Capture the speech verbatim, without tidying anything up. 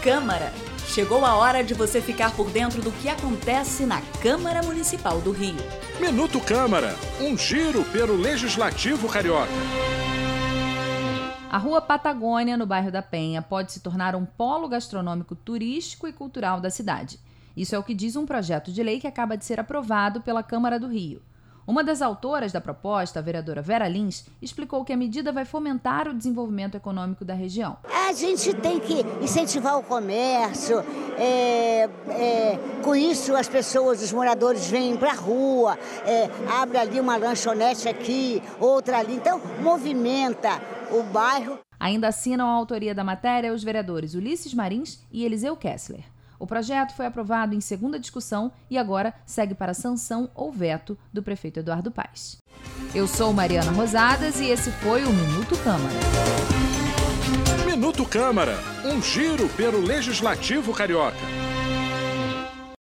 Câmara. Chegou a hora de você ficar por dentro do que acontece na Câmara Municipal do Rio. Minuto Câmara, um giro pelo Legislativo Carioca. A Rua Patagônia, no bairro da Penha, pode se tornar um polo gastronômico turístico e cultural da cidade. Isso é o que diz um projeto de lei que acaba de ser aprovado pela Câmara do Rio. Uma das autoras da proposta, a vereadora Vera Lins, explicou que a medida vai fomentar o desenvolvimento econômico da região. A gente tem que incentivar o comércio, é, é, com isso as pessoas, os moradores vêm para a rua, é, abre ali uma lanchonete aqui, outra ali, então movimenta o bairro. Ainda assinam a autoria da matéria os vereadores Ulisses Marins e Eliseu Kessler. O projeto foi aprovado em segunda discussão e agora segue para sanção ou veto do prefeito Eduardo Paes. Eu sou Mariana Rosadas e esse foi o Minuto Câmara. Minuto Câmara, um giro pelo Legislativo Carioca.